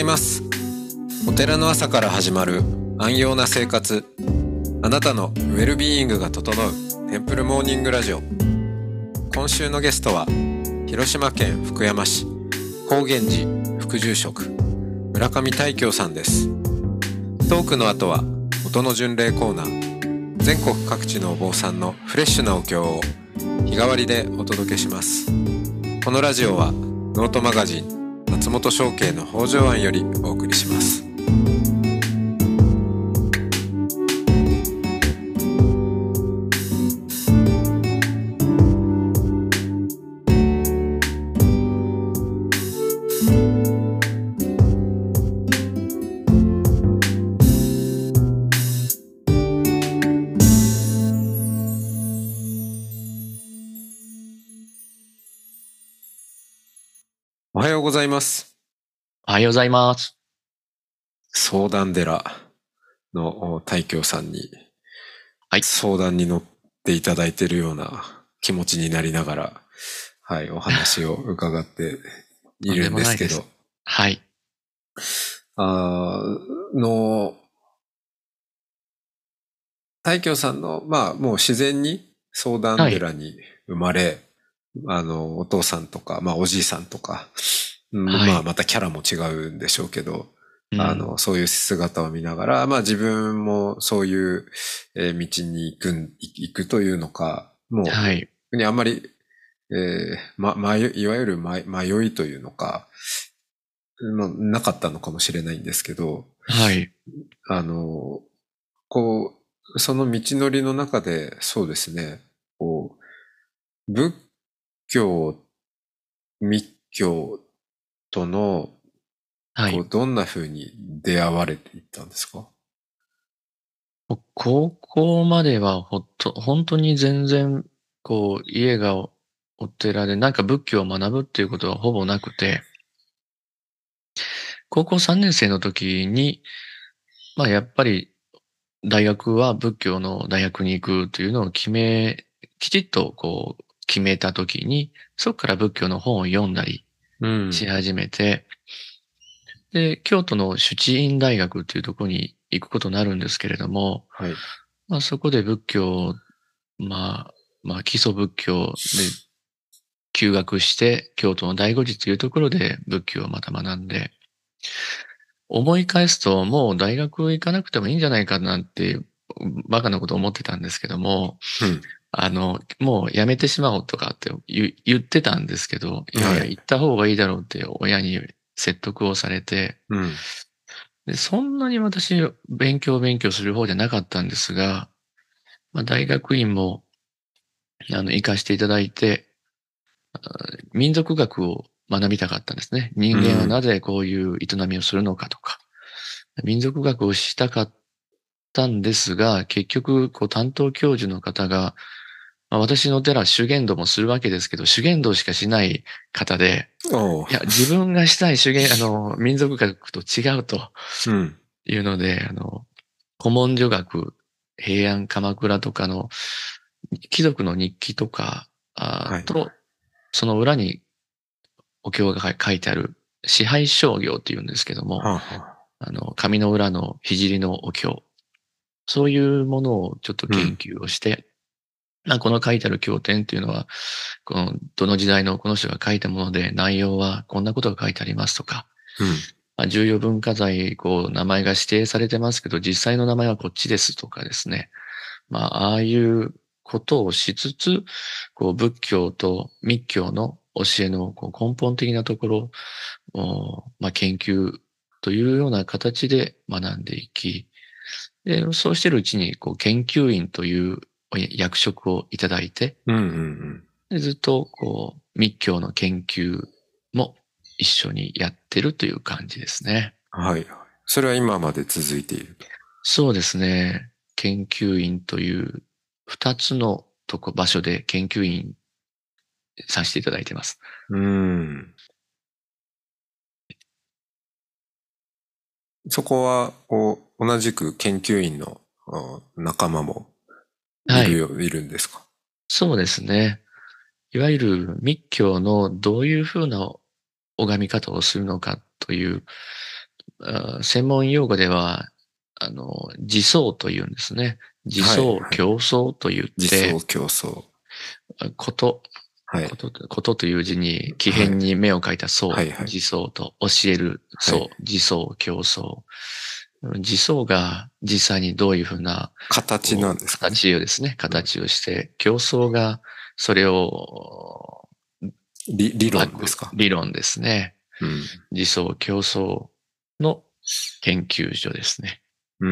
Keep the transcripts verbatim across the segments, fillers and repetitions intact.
います。お寺の朝から始まる安養な生活、あなたのウェルビーイングが整うテンプルモーニングラジオ。今週のゲストは広島県福山市高源寺副住職村上大京さんです。トークの後は音の巡礼コーナー、全国各地のお坊さんのフレッシュなお経を日替わりでお届けします。このラジオはノートマガジン松本商家の北条庵よりお送りします。おはようございます。 おはようございます。 相談寺の大京さんに、 はい、 相談に乗っていただいているような気持ちになりながら、はい、お話を伺っているんですけど、 はい。 あの、大京さんの、まあ、もう自然に相談寺に生まれ、はい、あの、お父さんとか、まあ、おじいさんとか、はい、まあ、またキャラも違うんでしょうけど、うん、あの、そういう姿を見ながら、まあ、自分もそういう、えー、道に行く、行くというのか、もう、はい、あんまり、えー、ま、迷い、いわゆる迷いというのか、まあ、なかったのかもしれないんですけど、 はい。 あの、こう、その道のりの中で、そうですね、こう、仏教、密教との、はい、こうどんな風に出会われていったんですか？ 高校まではほっと、本当に全然、こう、家がお寺で、なんか仏教を学ぶっていうことはほぼなくて、高校さんねん生の時に、まあやっぱり大学は仏教の大学に行くというのを決め、きちっとこう決めた時に、そこから仏教の本を読んだりし始めて、うん、で、京都の主治院大学っていうところに行くことになるんですけれども、 はい、 まあそこで仏教、まあ、まあ基礎仏教で休学して、京都の醍醐寺というところで仏教をまた学んで、思い返すともう大学行かなくてもいいんじゃないかなんて、バカなこと思ってたんですけども、うん、あの、もうやめてしまおうとかって言ってたんですけど、いやいや、行った方がいいだろうって親に説得をされて、うん、でそんなに私勉強勉強する方じゃなかったんですが、まあ、大学院もあの行かせていただいて、民族学を学びたかったんですね。人間はなぜこういう営みをするのかとか、うん、民族学をしたかったんですが、結局、こう担当教授の方が、まあ、私の寺は修験道もするわけですけど、修験道しかしない方で、いや、自分がしたい修験、あの、民族学と違うというので、うん、あの、古文書学、平安、鎌倉とかの貴族の日記とかあと、はい、その裏にお経が書いてある支配商業っていうんですけども、はあはあ、あの、紙の裏の聖のお経、そういうものをちょっと研究をして、うん、まあ、この書いてある経典っていうのは、この、どの時代のこの人が書いたもので、内容はこんなことが書いてありますとか、うん、まあ、重要文化財、こう、名前が指定されてますけど、実際の名前はこっちですとかですね。まあ、ああいうことをしつつ、こう、仏教と密教の教えのこう根本的なところを、まあ、研究というような形で学んでいき、で、そうしてるうちに、こう、研究員という役職をいただいて、うんうんうん、でずっと、こう、密教の研究も一緒にやってるという感じですね。 はい。それは今まで続いていると。 そうですね。研究員という二つのとこ、場所で研究員させていただいてます。 うん。そこは、こう、同じく研究員の仲間もいるよ、はい、いるんですか？ そうですね。いわゆる密教のどういうふうな拝み方をするのかという、 あ専門用語では、あの、自走というんですね。自はい、 走、 はい。 競争と言っ自て、 走競争。 こと、 はいこ。と、ことという字に、木はい。 偏に目を描いた走、 はい、はい。 自走と教えるはい。 走、自走、競争。自走が実際にどういうふうな、 形なこう、 んですかね。 形をですね、 うん、 形をして、競争がそれを理、理論でバック、 すか。 理論ですね。 うん。 自走、競争の研究所ですね。 うん。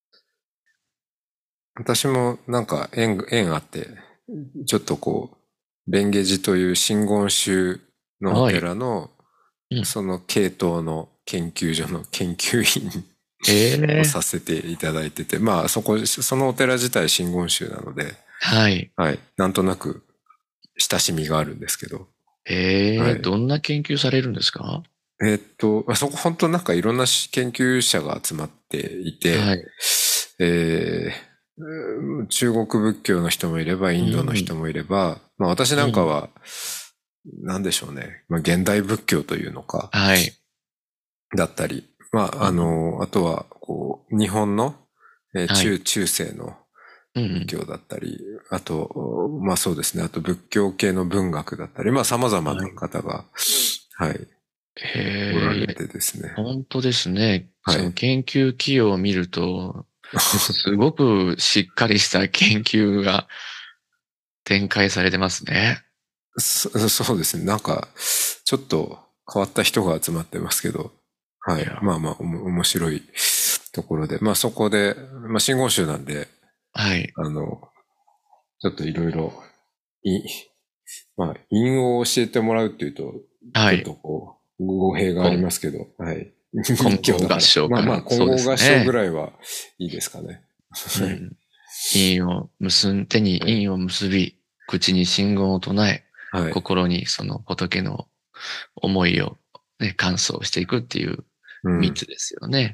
私もなんか縁、縁あって、ちょっとこう、蓮華寺という真言宗のおはい。 寺の、 うん。 その系統の研究所の研究員ええ、 をさせていただいてて、まあそこ、そのお寺自体真言宗なので、 はい。 はい、なんとなく親しみがあるんですけど、 ええ、 はい。 どんな研究されるんですか？ えーっと、そこ本当なんかいろんな研究者が集まっていて、 はい。 えーうん中国仏教の人もいればイうンドのん。 人もいれば、まあ私うん。 なんかは、なんでしょうね。まあ現代仏教というのか、 はい。 だったり、まああうん。 の、あとは、こう、日本の、えーはい。 中、中世の仏うん。 教だったり、あと、まあそうですね、あと仏教系の文学だったり、まあ様々なはい。 方が、はい、おへえ、いや、 られてですね。 本当ですね。そのはい。 研究企業を見ると、すごくしっかりした研究が展開されてますね。 そ、そうですね。なんか、ちょっと変わった人が集まってますけど、はい。 いや、 まあまあ、おも面白いところで、まあそこで、まあ真言宗なんで、 はい。 あの、ちょっといろいろ、い、まあ、韻を教えてもらうっていうと、ちょっはい。 とこう、語弊があり混、 ますけど、はい。 混密教だから。 合合唱まあまあ、 から、そうで混合合唱ぐすね。 らいはいいですかね。はい。 うん。印を結ん、手にはい。 印を結び、口に信号を唱え、 はい。 心にその仏の思いをね、感想していくっていううん。 密ですよね。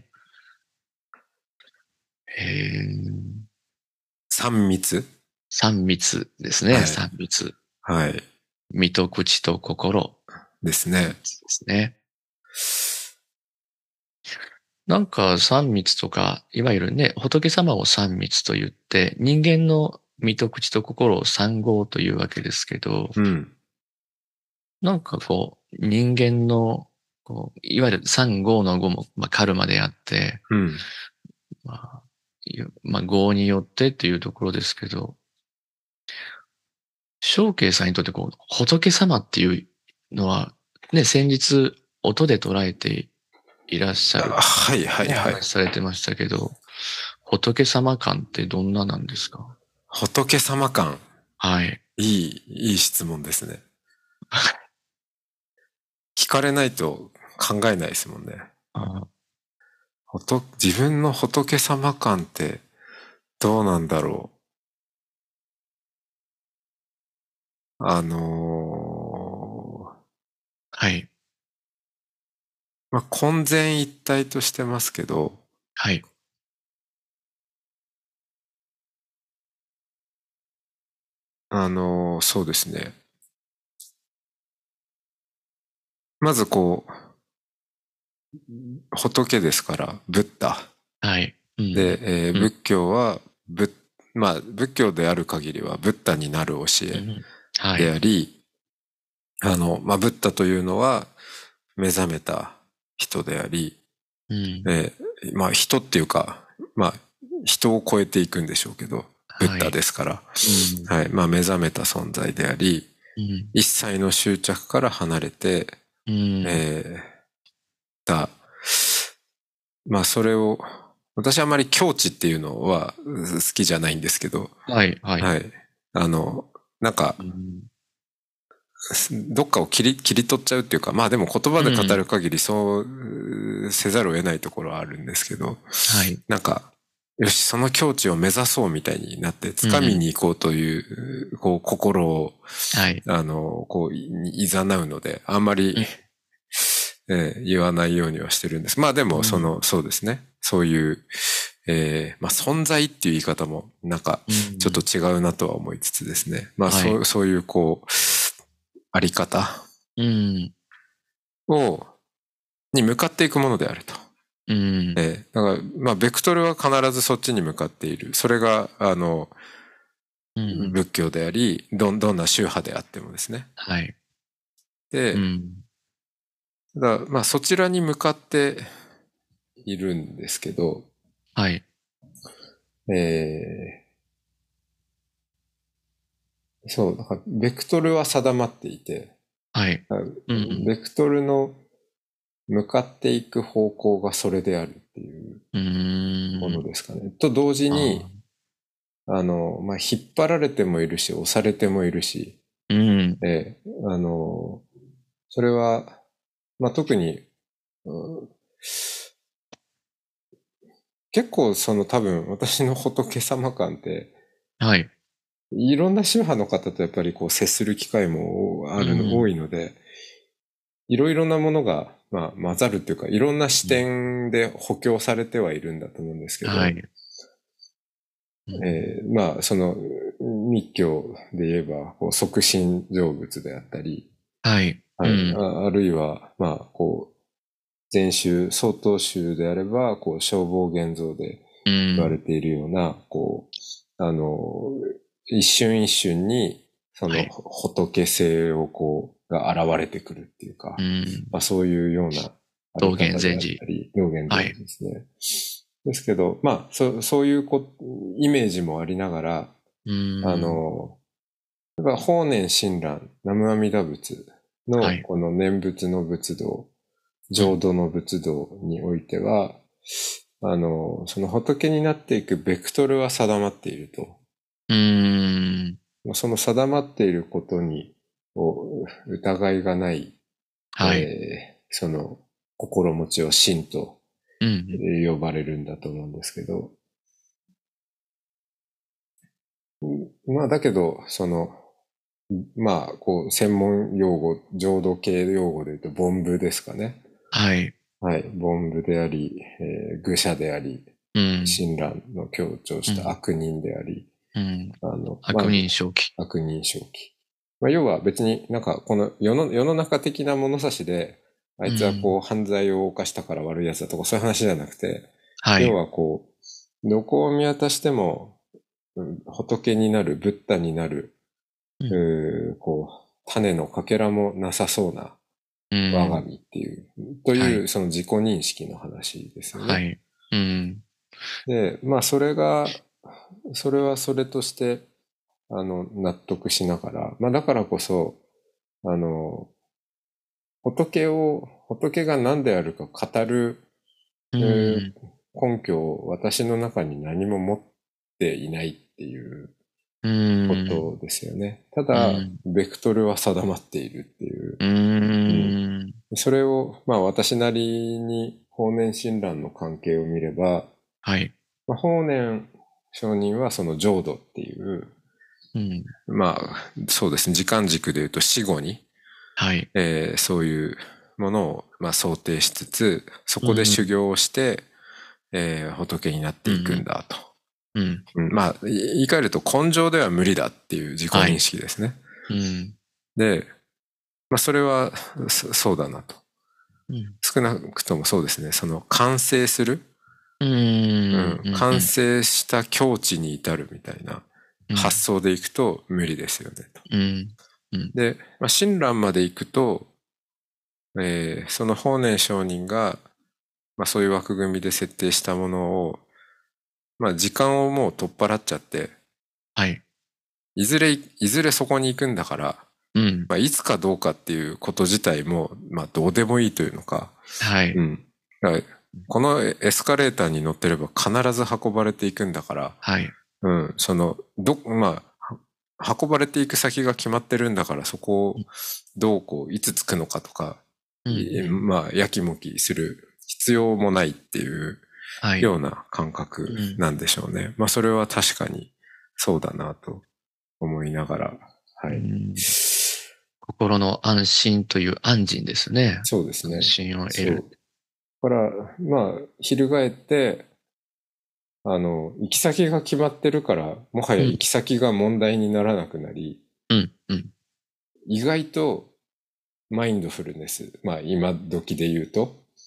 へえ、 三密。 三密ですね、 はい。 三密。 はい。 身と口と心、 ですね。 三密ですね。なんか三密とか、いわゆるね、仏様を三密と言って、人間の身と口と心を三号というわけですけど、 うん。 なんかこう、人間の、こう、いわゆる三号の号も、まあ、カルマであって、 うん。 まあ、いうまあ、業によってっていうところですけど、正慶さんにとってこう、仏様っていうのは、ね、先日音で捉えていらっしゃるあはいってね、おはいはい。 話しされてましたけど、仏様感ってどんななんですか？ 仏様感。 はい。 いい、いい質問ですね。聞かれないと考えないですもんね。 あ、 仏自分の仏様感ってどうなんだろう。あのー、 はい。 まあ、混然一体としてますけど、 はい。 あのー、そうですね。まずこう、仏ですから、ブッダ。 はい。うん。 で、えーうん。 仏教は、ぶ、まあ、仏教である限りは、ブッダになる教えうん。はい。 であり、あの、まあ、ブッダというのは、目覚めた人であり、 うん。 えーまあ、人っていうか、まあ、人を超えていくんでしょうけど、ブッダはい。 ですから、 うん。 はい、まあ、目覚めた存在であり、 うん。 一切の執着から離れて、 うん。 えー、た、まあ、それを、私はあまり境地っていうのは好きじゃないんですけど、 はい。はい。 はい。あの、なんか、 うん。 どっかを切り、切り取っちゃうっていうか、まあでも言葉で語うん。 る限りそうせざるを得ないところはあるんですけど、 はい。 なんか、よし、その境地を目指そうみたいになって、掴みうん。 に行こうという、こう、心を、 はい。 あの、こう、い、いざなうので、あんまり、 うん。 えー言わないようにはしてるんです。まあでも、そうん。 の、そうですね。そういう、えーまあ存在っていう言い方も、なんか、 うん。 ちょっと違うなとは思いつつですね。まあはい。 そう、そういう、こう、あり方うん。 を、 に向かっていくものであると。 うん。 えー、だから、まあ、ベクトルは必ずそっちに向かっている。それが、あの、 うん。 仏教であり、どん、どんな宗派であってもですね。 はい。 で、 うん。 だまあ、そちらに向かっているんですけど、 はい。 えー、そう、だからベクトルは定まっていて、 はい。うん。 ベクトルの向かっていく方向がそれであるっていううーものん。 ですかね。と同時に、 ああの、まあ、引っ張られてもいるし、押されてもいるし、 ーうん。 えー、あの、それは、まあ、特に、うん、結構その多分私の仏様感って、 はい。 いろんな宗派の方とやっぱりこう接する機会もあるの、多うん。 いので、いろいろなものが、まあ、混ざるっていうか、いろんな視点で補強されてはいるんだと思うんですけど、 はい。うんえーまあ、その、密教で言えば、こう、即身成仏であったり、 はい。 はい、 うん。 あ、あるいは、まあ、こう、禅宗、曹洞宗であれば、こう、消防現像でう言われん。 ているような、こう、あの、一瞬一瞬に、そのはい。 仏性をこう、が現れてくるっていうか、 うん。 まあそういうようなあり道元方であ禅師。 ったり、道元禅はい。 師ですね。ですけど、まあ、そそういうこイメージもありながら、 うあん。 の、やっぱ法然親鸞、南無阿弥陀仏のはい。 この念仏の仏道、 うん。 浄土の仏道においては、あの、その仏になっていくベクトルは定まっていると。 うん。 その定まっていることに、を疑いがない、 はい。 えーその心持ちを真とうん。 呼ばれるんだと思うんですけど、まあだけど、その、まあ、こう、専門用語、浄土系用語で言うと、凡夫ですかね。 はい。 はい。凡夫であり、えー愚者であり、 うん。 親鸞の強調したうん。 悪人であり、 うん。 あの、ま悪人正気。 あ、悪人正気。まあ、要は別になんかこの世の世の中的な物差しで、あいつはこう犯罪を犯したから悪い奴だとかそういう話じゃなくて、要はい。 はこう、どこを見渡しても、うん、仏になる、ブッダになる、 うん。 うーこう、種のかけらもなさそうなう我がん。 身っていう、とはい。 いうその自己認識の話ですよね。 はい。うん。 で、まあそれが、それはそれとして、あの、納得しながら、まあだからこそ、あの、仏を、仏が何であるか語る、 うえーん。 根拠を私の中に何も持っていないっていううこん。 とですよね。ただ、 うん。 ベクトルは定まっているっていう。 ううん。 ん。 それを、まあ私なりに法然親鸞の関係を見れば、 はい。 まあ、法然上人はその浄土っていう、 うん。 まあそうですね、時間軸で言うと死後に、 はい。 えーそういうものを、まあ、想定しつつ、そこで修うん。 行をして、えー仏になっていくんうん。 だと。 うん。 うん、まあ、言い換えると根性では無理だっていう自己認はい。 識ですね。 うん。 で、まあ、それはそそうだなと。 うん。 少なくともそうですね。その完成する、 ううん。 ん、 うん。う完ん。 成した境地に至るみたいな発想でいくと無理ですよねと。 うん。うん。 で、まあ、親鸞まで行くと、えーその法然上人が、まあ、そういう枠組みで設定したものを、まあ、時間をもう取っ払っちゃって、 はい。 いずれ、いずれそこに行くんだから、 うん。 まあ、いつかどうかっていうこと自体も、まあ、どうでもいいというのか、 はい。 うん。だからこのエスカレーターに乗ってれば必ず運ばれていくんだから、 はい。 うん、その、ど、まあ、は運ばれていく先が決まってるんだから、そこをどうこう、いつ着くのかとか、 うん。 いうん。 まあ、やきもきする必要もないっていうはい。 ような感覚うん。 なんでしょうね。まあ、それは確かにそうだなと思いながら、はうい。 ん。心の安心という安心ですね。 そうですね。 安心を得そう。 る。 だから、まあ、翻って、あの、行き先が決まってるから、もはうん。 や行き先が問題にならなくなり、 うん。うん。 意外とマインドフルネス、まあ今時で言うと、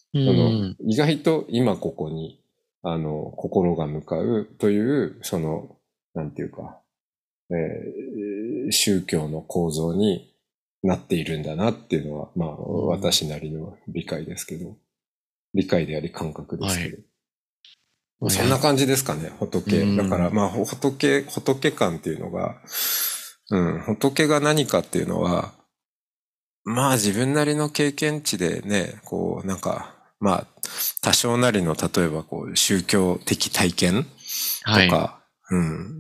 うそのん。 意外と今ここに、あの、心が向かうという、その、なんていうか、えー宗教の構造になっているんだなっていうのは、まあ、 うん私なりの理解ですけど、理解であり感覚ですはい。 けど。 まあ、や、 そんな感じですかね、 う仏。だから、 ん。 まあ、仏、仏感っていうのが、うん、仏が何かっていうのは、まあ自分なりの経験値でね、こう、なんか、まあ、多少なりの、例えばこう、宗教的体験とはい。 か、うん。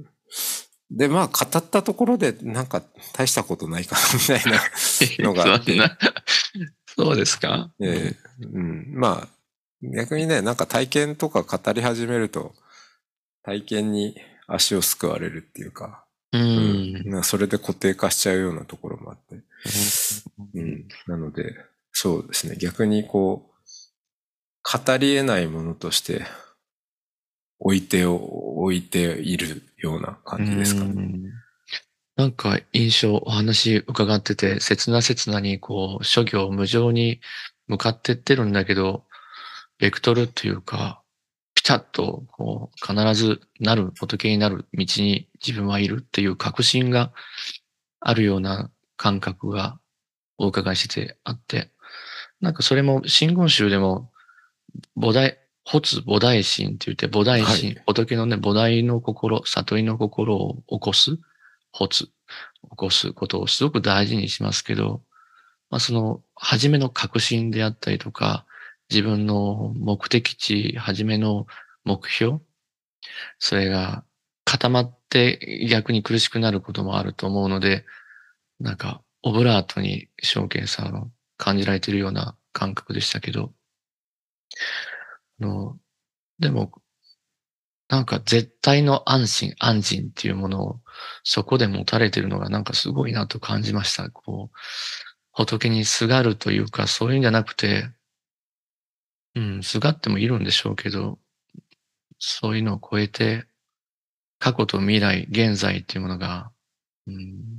で、まあ、語ったところで、なんか、大したことないかな、みたいなのがあって、 そんな、そうですか？うん。 ええうん、まあ、逆にね、なんか体験とか語り始めると、体験に足をすくわれるっていうか、 ううん。 ん。 なそれで固定化しちゃうようなところもあって。ううんん。なので、そうですね。逆にこう、語り得ないものとして置いてを、置いているようなう感じですかね。 ん。なんか印象、お話伺ってて、切な切なにこう、諸行無常に向かってってるんだけど、ベクトルっていうか、ピタッとこう、必ずなる、仏になる道に自分はいるっていう確信があるような感覚がお伺いしててあって、なんかそれも真言宗でも菩提、発菩提心って言って、菩提はい。 心、仏のね、菩提の心、悟りの心を起こす、発、起こすことをすごく大事にしますけど、まあその、初めの確信であったりとか、自分の目的地、初めの目標、それが固まって逆に苦しくなることもあると思うので、なんか、オブラートに証券さんの感じられているような感覚でしたけど、あの、でも、なんか絶対の安心、安心っていうものをそこで持たれてるのがなんかすごいなと感じました。こう、仏にすがるというか、そういうんじゃなくて、うん、すがってもいるんでしょうけど、そういうのを超えて、過去と未来、現在っていうものが、うん、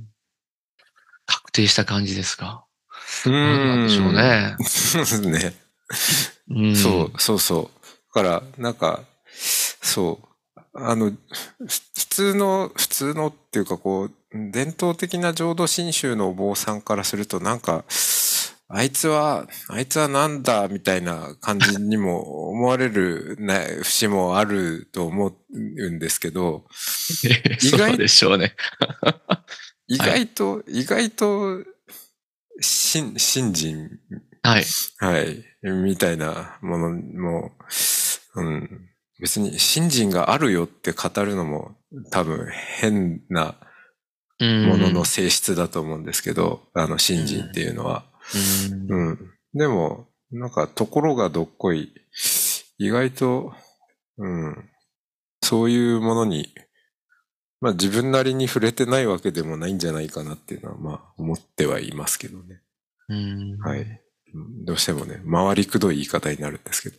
確定した感じですか。 うなんなんでしょうーん。 ね。 そうですね。 うん。 そう、そうそう。だから、なんか、そう。あの、ふ普通の、普通のっていうかこう、伝統的な浄土真宗のお坊さんからすると、なんか、あいつは、あいつはなんだ、みたいな感じにも思われるね、節もあると思うんですけど、 そう意外、 でしょうね。 意はい。 外と、意外と、信、信心、 はい。 はい、みたいなものも、うん、別に信心があるよって語るのも多分変なうもののん。 性質だと思うんですけど、あのう信心っていうん。 のは。 うん。 うん。でも、なんかところがどっこい、意外と、うん、そういうものに、まあ自分なりに触れてないわけでもないんじゃないかなっていうのは、まあ思ってはいますけどね。 うはい。 ん。 うんどうしてもね、回りくどい言い方になるんですけど。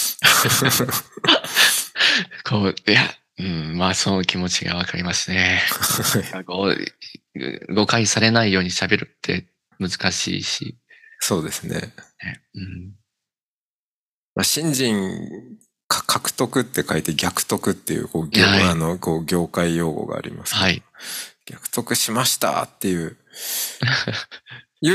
こう、いや、うん、まあ、その気持ちがわかりますね。なんかこう、誤解されないように喋るって難しいし、 そうですね。 ね、うん。 まあ、信心か獲得って書いて逆得っていう、こう、業、 はい。 あの、こう、業界用語がありますけど、 はい。 逆得しましたっていう、いう、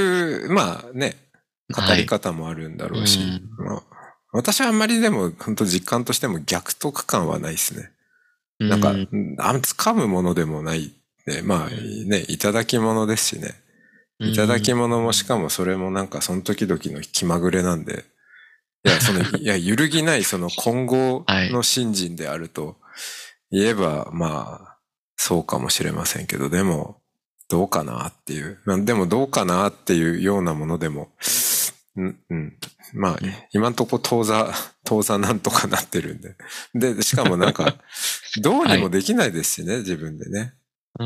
まあね、語りはい。 方もあるんだうろうし、 ん。 まあ、私はあんまりでも、本当実感としても逆得感はないですね。 うなんか、 ん。 あん掴むものでもないね。まあうん。 ね、いただき物ですしね。 ういただきん。 物もしかもそれもなんかその時々の気まぐれなんで、いや、その、いや、揺るぎないその今後はい。 の信心であると言えば、まあ、そうかもしれませんけど、でも、どうかなっていう。まあでもどうかなっていうようなものでも、うん、うん。まあ、 うん。 今んとこ当座、当座なんとかなってるんで。で、しかもなんか、どうにもはい。 できないですしね、自分でね。 うん。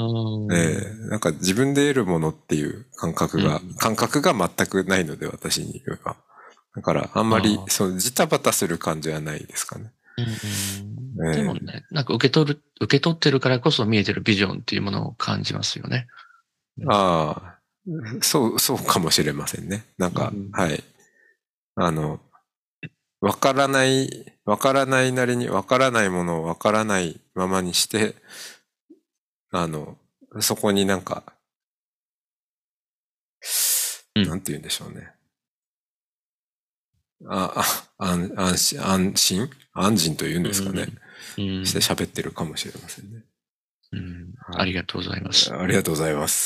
ええなんか自分で得るものっていう感覚が、 うん。 感覚が全くないので、私には。だから、あんまり、 ああ。 その、ジタバタする感じはないですかね。 うん。でもえね、なんか受け取る、受け取ってるからこそ見えてるビジョンっていうものを感じますよね。うえん。 ああ、そう、そうかもしれませんね。なんか、 うん。 はい。あの、 わからない、わからないなりにわからないものをわからないままにして、あの、そこになんか、 うんなんて言うんでしょうね。あ、あ、安安心、安心安心と言うんですかね。 うんして喋ってるかもしれませんね。 うんはいありがとうございます。 ありがとうございます。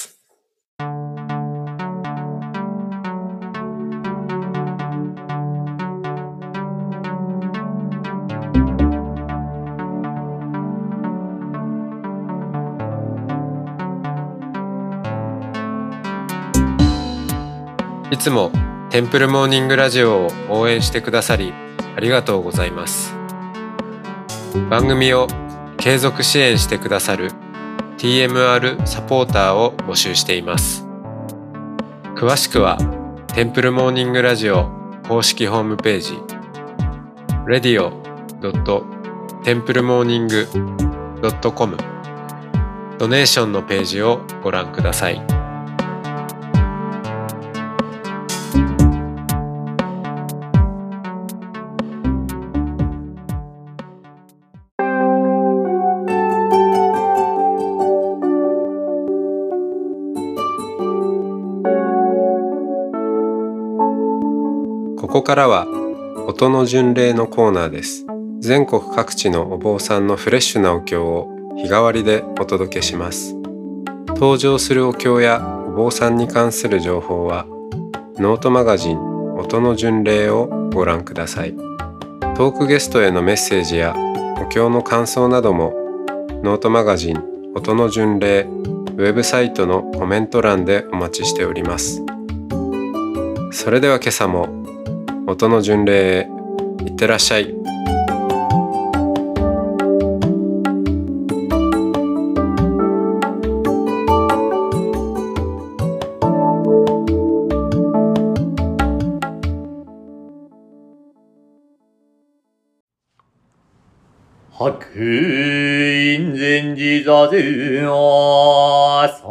いつもテンプルモーニングラジオを応援してくださりありがとうございます。番組を継続支援してくださる ティーエムアール サポーターを募集しています。詳しくはテンプルモーニングラジオ公式ホームページ レディオドットテンプルモーニングドットコム ドネーションのページをご覧ください。ここからは音の巡礼のコーナーです。全国各地のお坊さんのフレッシュなお経を日替わりでお届けします。登場するお経やお坊さんに関する情報はノートマガジン音の巡礼をご覧ください。トークゲストへのメッセージやお経の感想などもノートマガジン音の巡礼ウェブサイトのコメント欄でお待ちしております。それでは今朝も音の巡礼へいってらっしゃい。 白隠禅寺座禅はさ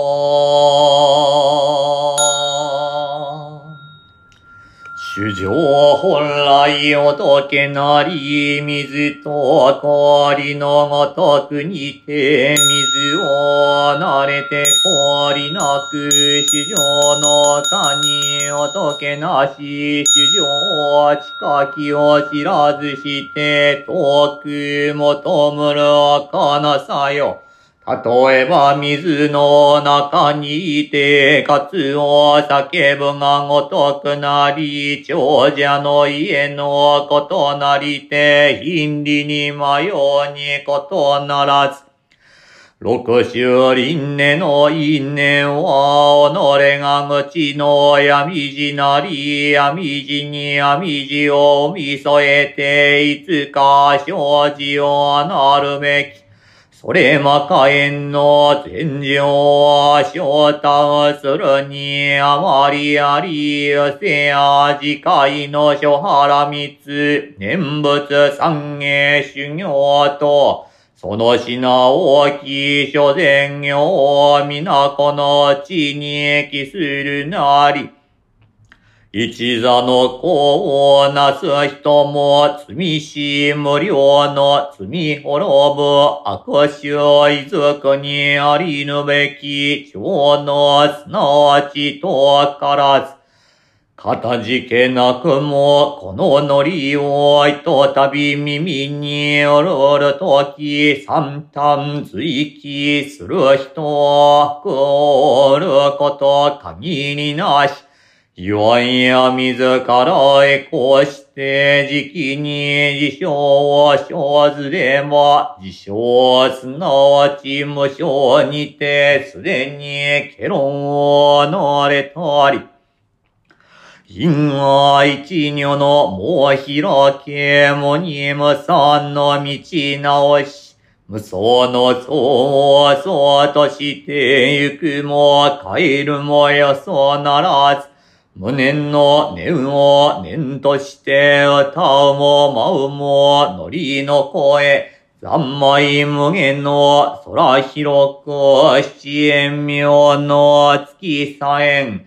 主情本来仏なり水と氷のごとくにて水を慣れて氷なく主情のかに仏なし主情近きを知らずして遠く求むるかなさよ。例えば水の中にいて、かつを叫ぶがごとくなり、長者の家のことなりて、貧利に迷うにことならず。六種輪廻の因縁は、己が口の闇地なり、闇地に闇地を見添えて、いつか生じをなるべき。それまかえんの禅情は昇達するにあまりあり、うせや次回の諸原三つ、念仏三芸修行と、その品大き諸善行、皆この地に帰するなり。一座の功をなす人も、罪し無料の罪滅ぶ悪臭遺族にありぬべき、長のすなわち遠からず。かたじけなくも、このノリをひとたび耳にうるるとき、三端随記する人は、くおること限りなし。岩や自らへこうして時期に自称を生ずれば、自称すなわち無償にてすでにケロンを乗れたり。因果一如のもう開けもに無三の道直し、無双の相をそうとしてゆくも帰るもよそうならず、無念の念を念として歌うも舞うもノリの声、三昧無限の空広く七円妙の月さえん、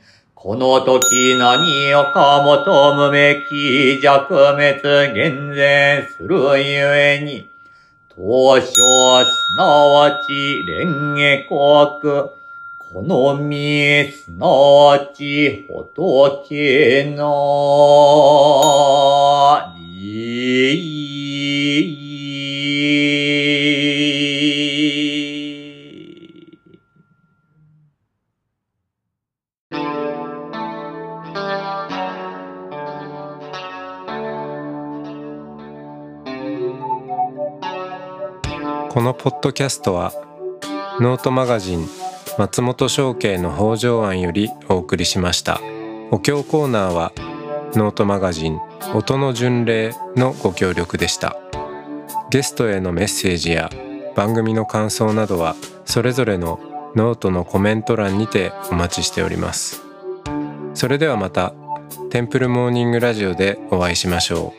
この時何をか求むべき弱滅厳然するゆえに、当初すなわち蓮華国、このみすなわち仏なり。 このポッドキャストはノートマガジン松本商家の北条庵よりお送りしました。お経コーナーはノートマガジン音の巡礼のご協力でした。ゲストへのメッセージや番組の感想などはそれぞれのノートのコメント欄にてお待ちしております。それではまたテンプルモーニングラジオでお会いしましょう。